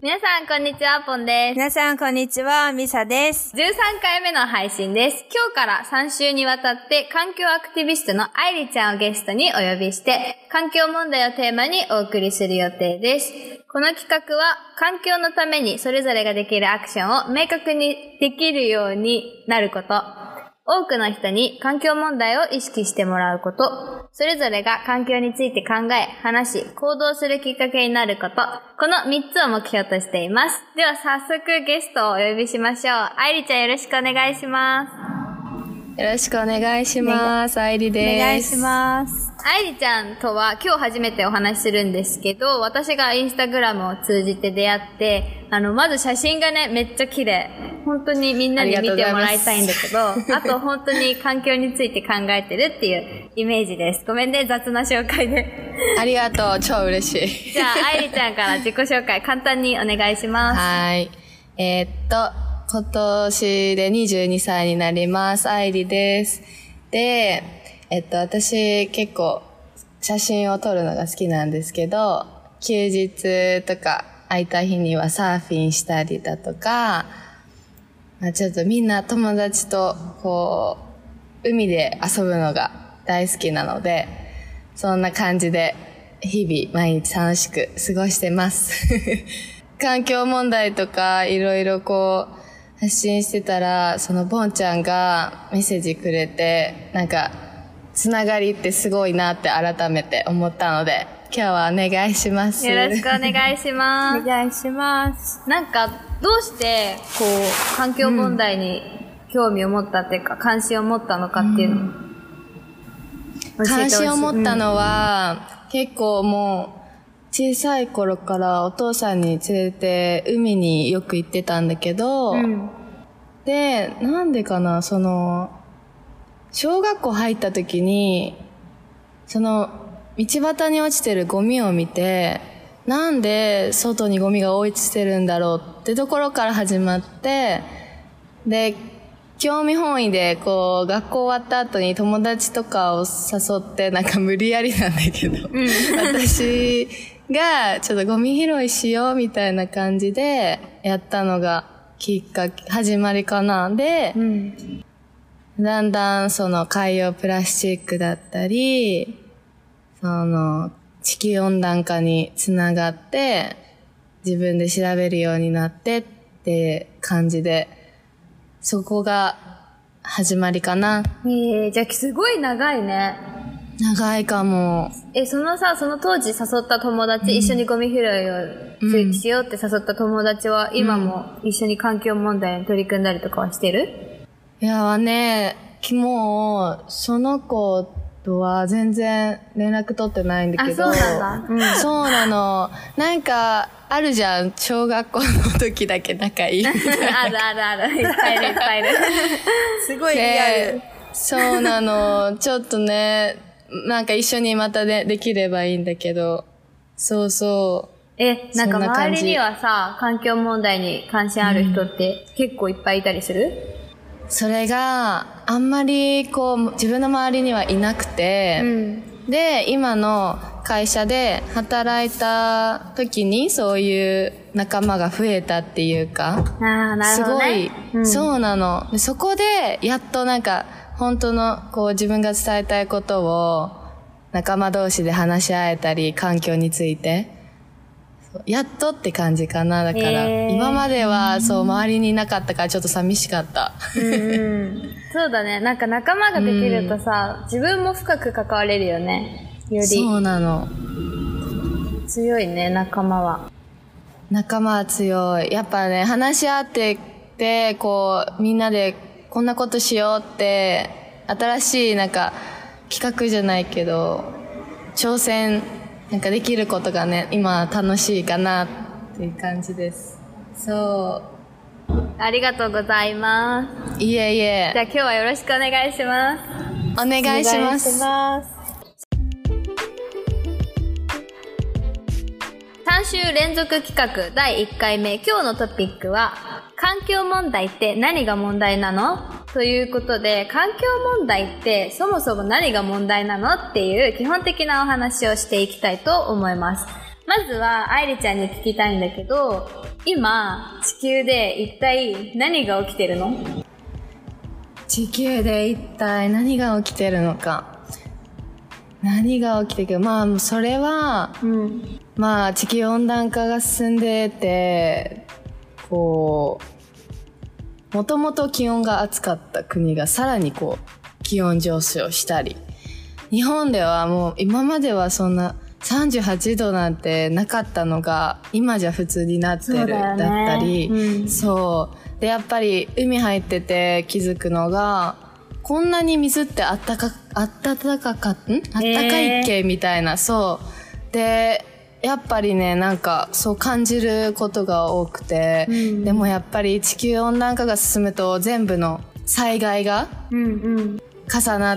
皆さんこんにちは、ポンです。 皆さんこんにちは、ミサです。 13回目の配信です。今日から3週にわたって環境アクティビストの愛理ちゃんをゲストにお呼びして、環境問題をテーマにお送りする予定です。この企画は環境のためにそれぞれができるアクションを明確にできるようになること。多くの人に環境問題を意識してもらうこと、それぞれが環境について考え、話し、行動するきっかけになること、この3つを目標としています。では早速ゲストをお呼びしましょう。愛理ちゃんよろしくお願いします。 よろしくお願いします。愛理です。 お願いします。 愛理ちゃんとは今日初めてお話しするんですけど、私がインスタグラムを通じて出会って、まず写真がね、めっちゃ綺麗。本当にみんなに見てもらいたいんだけど、あと本当に環境について考えてるっていうイメージです。ごめんね、雑な紹介で。 ありがとう、超嬉しい。 じゃあ、愛理ちゃんから自己紹介簡単にお願いします。 はい。今年で22歳になります。愛理です。で、私結構写真を撮るのが好きなんですけど、休日とか空いた日にはサーフィンしたりだとか、ちょっとみんな友達とこう海で遊ぶのが大好きなので、そんな感じで日々毎日楽しく過ごしてます環境問題とかいろいろこう発信してたら、そのボンちゃんがメッセージくれて、なんかつながりってすごいなって改めて思ったので、今日はお願いします。 よろしくお願いします。 お願いします。 なんか、どうして、こう、環境問題に興味を持ったっていうか、関心を持ったのかっていうのを教えてほしい。 関心を持ったのは、結構もう、小さい頃からお父さんに連れて海によく行ってたんだけど、で、なんでかな、小学校入った時に、道端に落ちてるゴミを見て、なんで外にゴミが落ちてるんだろうってところから始まって、で、興味本位でこう学校終わった後に友達とかを誘って、なんか無理やりなんだけど、私がちょっとゴミ拾いしようみたいな感じでやったのが始まりかな。で、だんだん海洋プラスチックだったり、地球温暖化につながって、自分で調べるようになってって感じで、そこが始まりかな。 じゃあすごい長いね。 長いかも。 その当時誘った友達、一緒にゴミ拾いをしようって誘った友達は、今も一緒に環境問題に取り組んだりとかはしてる？ いやね、もう、その子とは全然連絡取ってないんだけど。 そうなんだ。 そうなの。なんか、あるじゃん。小学校の時だけ仲いい。 ある。いっぱいいる。 すごいリアル。 そうなの。ちょっとね、なんか一緒にまたできればいいんだけど。そうそう。 なんか周りにはさ、環境問題に関心ある人って結構いっぱいいたりする？ それがあんまりこう自分の周りにはいなくて、で今の会社で働いた時にそういう仲間が増えたっていうか、 なるほどね。 すごい、そうなの。でそこでやっとなんか本当のこう自分が伝えたいことを仲間同士で話し合えたり、環境についてやっとって感じかな。だから今まではそう周りにいなかったからちょっと寂しかった。 そうだね。なんか仲間ができるとさ、自分も深く関われるよね。より。 そうなの。 強いね、仲間は。 仲間は強い。やっぱね、話し合ってて、こうみんなでこんなことしようって新しいなんか企画じゃないけど挑戦なんかできることがね、今楽しいかなっていう感じです。そう。 ありがとうございます。 いえいえ。 じゃあ今日はよろしくお願いします。 お願いします。 3週連続企画第1回目、今日のトピックは、環境問題って何が問題なの？ということで、環境問題ってそもそも何が問題なのっていう基本的なお話をしていきたいと思います。 まずは愛理ちゃんに聞きたいんだけど、今地球で一体何が起きてるの？ 地球で一体何が起きてるのか。何が起きてるか。まあ、それは、まあ、地球温暖化が進んでて、こう、もともと気温が暑かった国がさらにこう、気温上昇したり。日本ではもう、今まではそんな38度なんてなかったのが、今じゃ普通になってる、だったり、そう。で、やっぱり海入ってて気づくのが、こんなに水ってあったかいっけみたいな、そう。で、やっぱりね、なんかそう感じることが多くて、でもやっぱり地球温暖化が進むと全部の災害が重なって、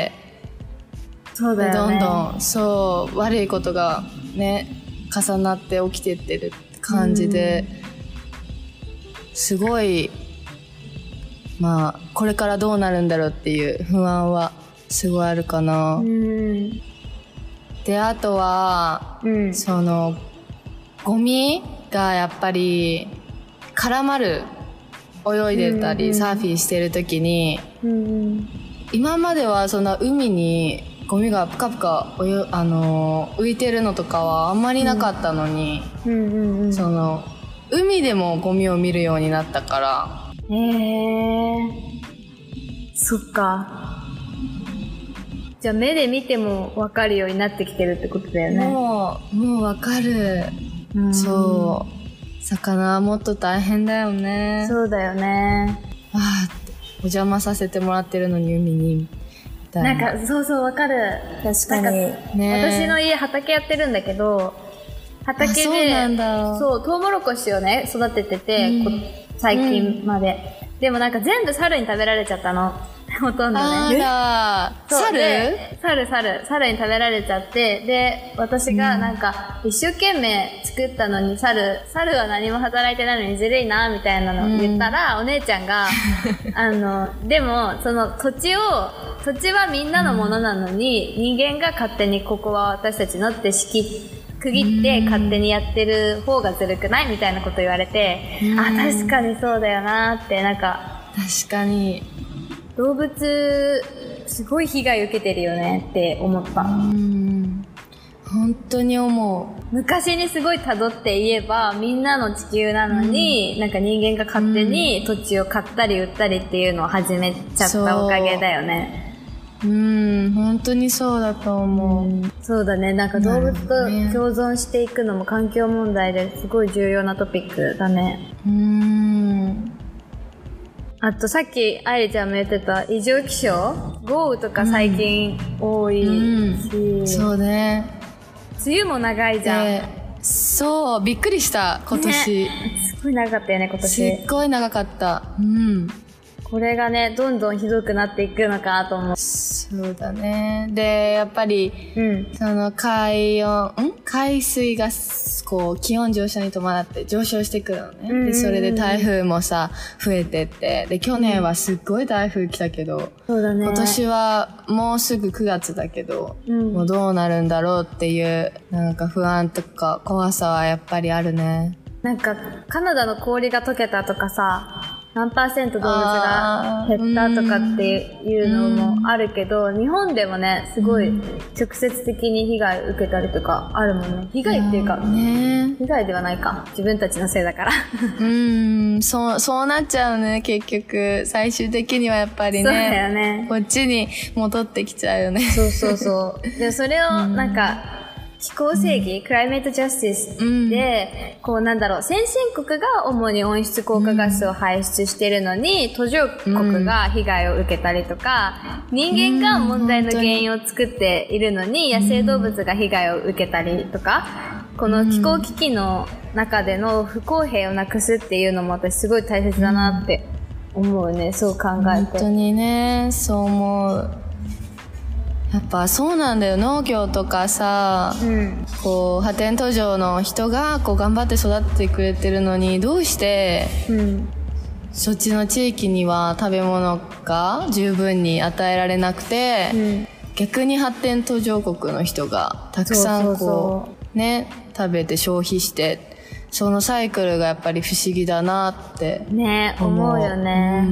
そうだよね。 どんどん、そう、悪いことがね、重なって起きてってる感じで、すごい、まあ、これからどうなるんだろうっていう不安はすごいあるかな。で、あとは、その、ゴミがやっぱり絡まる、泳いでたり、サーフィンしてるときに、今まではそんな海にゴミがぷかぷか浮いてるのとかはあんまりなかったのに、その、海でもゴミを見るようになったから。 そっか。じゃあ目で見ても分かるようになってきてるってことだよね。 もう分かる。そう。魚はもっと大変だよね。 そうだよね。 わーってお邪魔させてもらってるのに海にみたいな。 なんかそうそう分かる。 確かに。 ね、 私の家畑やってるんだけど、畑でそうなんだ。 そうトウモロコシをね育ててて、最近まで。でもなんか全部猿に食べられちゃったの。ほとんどね。猿に食べられちゃって、で、私がなんか、一生懸命作ったのに猿は何も働いてないのにずるいな、みたいなのを言ったら、お姉ちゃんが、でも、その土地はみんなのものなのに、人間が勝手にここは私たちのって区切って勝手にやってる方がずるくないみたいなこと言われて、確かにそうだよなって、なんか、 確かに。 動物すごい被害受けてるよねって思った。 本当に思う。昔にすごい辿って言えばみんなの地球なのに、なんか人間が勝手に土地を買ったり売ったりっていうのを始めちゃったおかげだよね。 本当にそうだと思う。 そうだね。なんか動物と共存していくのも環境問題ですごい重要なトピックだね。あとさっき愛理ちゃんも言ってた異常気象、豪雨とか最近多いし、 そうね。 梅雨も長いじゃん。 そう、びっくりした今年、 ね、すごい長かったよね今年。 すっごい長かった。 これがねどんどんひどくなっていくのかと思う。 そうだね。でやっぱり、その海水がこう気温上昇に伴って上昇してくるのね。でそれで台風もさ増えてって、で去年はすっごい台風来たけど、 そうだね、 今年はもうすぐ9月だけど、もうどうなるんだろうっていうなんか不安とか怖さはやっぱりあるね。 なんかカナダの氷が溶けたとかさ、何%動物が減ったとかっていうのもあるけど、日本でもねすごい直接的に被害受けたりとかあるもんね。被害っていうか、被害ではないか、自分たちのせいだからそうなっちゃうね。結局最終的にはやっぱりね、 そうだよね、 こっちに戻ってきちゃうよね。 そうでそれをなんか気候正義、クライメートジャスティスで、こうなんだろう、先進国が主に温室効果ガスを排出してるのに、途上国が被害を受けたりとか、人間が問題の原因を作っているのに、野生動物が被害を受けたりとか、この気候危機の中での不公平をなくすっていうのも私すごい大切だなって思うね、そう考えて。 本当にね、そう思う。やっぱそうなんだよ。農業とかさ、こう発展途上の人がこう頑張って育ててくれてるのに、どうして、そっちの地域には食べ物が十分に与えられなくて、逆に発展途上国の人がたくさんこうね、食べて消費して、そのサイクルがやっぱり不思議だなってね、思うよね。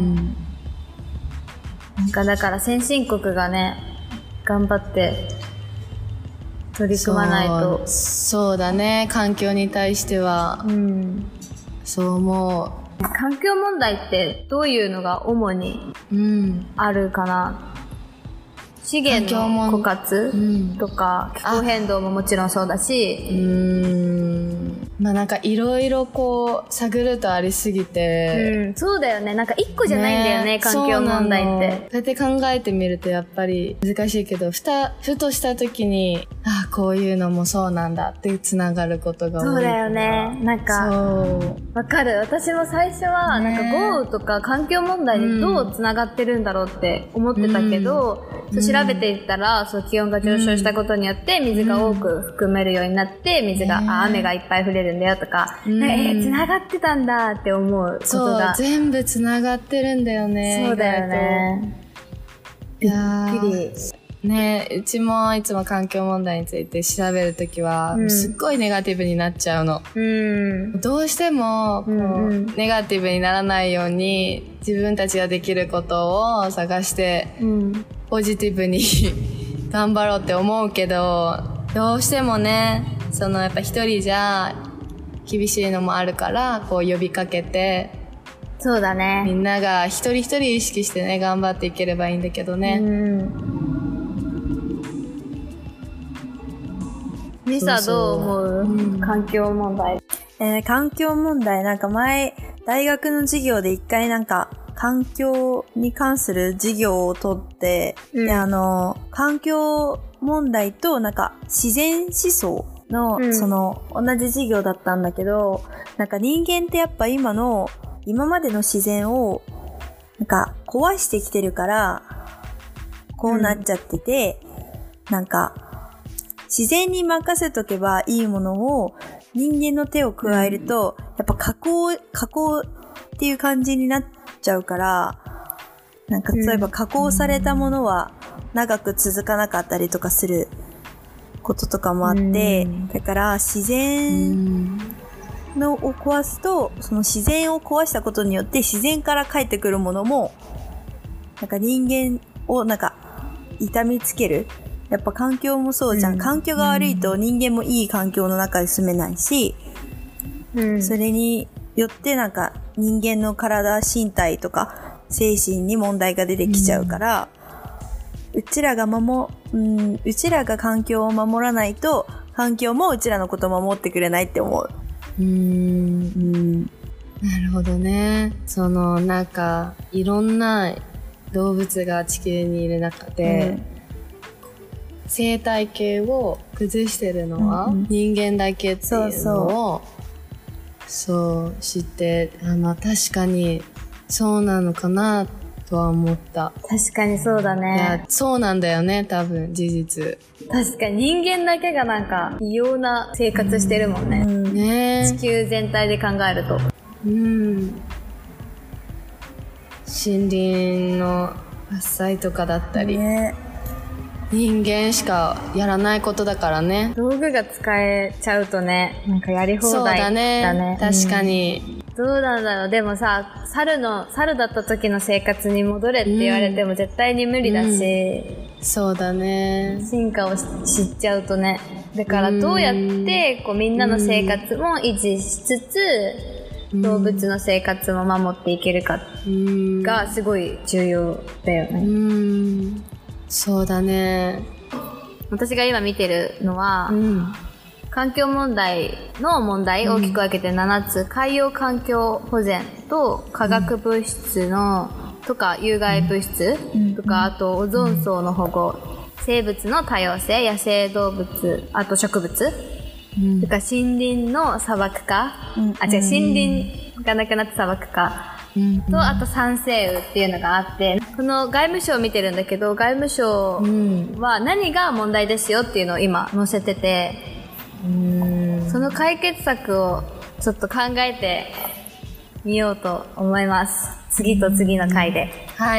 なんかだから先進国がね、頑張って取り組まないと。 そうだね、環境に対しては、そう思う。 環境問題ってどういうのが主にあるかな。資源の枯渇とか気候変動ももちろんそうだし、 まあなんかいろいろこう探るとありすぎて、 そうだよね。なんか一個じゃないんだよね、環境問題って。 そうやって考えてみるとやっぱり難しいけど、ふとした時に、ああこういうのもそうなんだってつながることが多い。 そうだよね。なんかわかる。私も最初はなんか豪雨とか環境問題にどうつながってるんだろうって思ってたけど、調べていったら、そう気温が上昇したことによって水が多く含めるようになって、雨がいっぱい降れるんだよとか、繋がってたんだって思うことが。 そう、全部繋がってるんだよね。 そうだよね。びっくり。 ね、うちもいつも環境問題について調べるときは、すっごいネガティブになっちゃうの。どうしてもネガティブにならないように自分たちができることを探して、ポジティブに頑張ろうって思うけど、どうしてもね、やっぱ一人じゃ厳しいのもあるから、こう呼びかけて、 そうだね。 みんなが一人一人意識してね、頑張っていければいいんだけどね。 ミサどう思う？環境問題。 環境問題、なんか前、大学の授業で一回なんか、環境に関する授業をとって、で環境問題となんか自然思想の、同じ授業だったんだけど、なんか人間ってやっぱ今までの自然を、なんか壊してきてるから、こうなっちゃってて、なんか、自然に任せとけばいいものを人間の手を加えると、やっぱ加工っていう感じになっちゃうから、なんか例えば加工されたものは長く続かなかったりとかすることとかもあって、だから自然を壊すと、その自然を壊したことによって自然から返ってくるものも、なんか人間をなんか痛みつける。やっぱ環境もそうじゃん。環境が悪いと人間もいい環境の中で住めないし、それによってなんか人間の体、身体とか精神に問題が出てきちゃうから、うちらが環境を守らないと、環境もうちらのことを守ってくれないって思う。 なるほどね。なんかいろんな動物が地球にいる中で、生態系を崩してるのは人間だけっていうのをそう知って、まあ確かにそうなのかなとは思った。 確かにそうだね。 いやそうなんだよね、多分事実。 確かに人間だけがなんか異様な生活してるもんね。 ね、 地球全体で考えると。 森林の伐採とかだったり、人間しかやらないことだからね。 道具が使えちゃうとね、なんかやり放題だね。 そうだね。確かに。 どうなんだろう。でもさ、猿だった時の生活に戻れって言われても絶対に無理だし、 そうだね。 進化を知っちゃうとね。だからどうやってこうみんなの生活も維持しつつ、動物の生活も守っていけるかがすごい重要だよね。 そうだね。 私が今見てるのは、環境問題の問題大きく分けて7つ、海洋環境保全と化学物質のとか有害物質とか、あとオゾン層の保護、生物の多様性、野生動物、あと植物、とか森林の砂漠化、森林がなくなった砂漠化と、あと酸性雨っていうのがあって、この外務省を見てるんだけど、外務省は何が問題ですよっていうのを今載せてて、その解決策をちょっと考えてみようと思います。次と次の回で。 はい。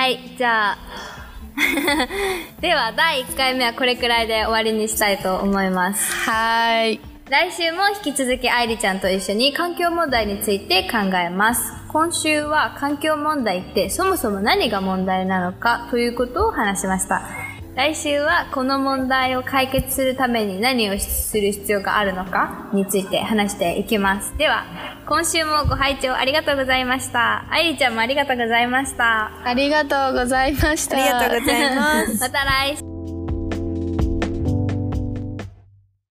はい、じゃあでは第1回目はこれくらいで終わりにしたいと思います。 はい。 来週も引き続き愛理ちゃんと一緒に環境問題について考えます。今週は環境問題ってそもそも何が問題なのかということを話しました。来週はこの問題を解決するために何をする必要があるのかについて話していきます。では、今週もご拝聴ありがとうございました。愛理ちゃんもありがとうございました。 ありがとうございました。 ありがとうございます。 また来週。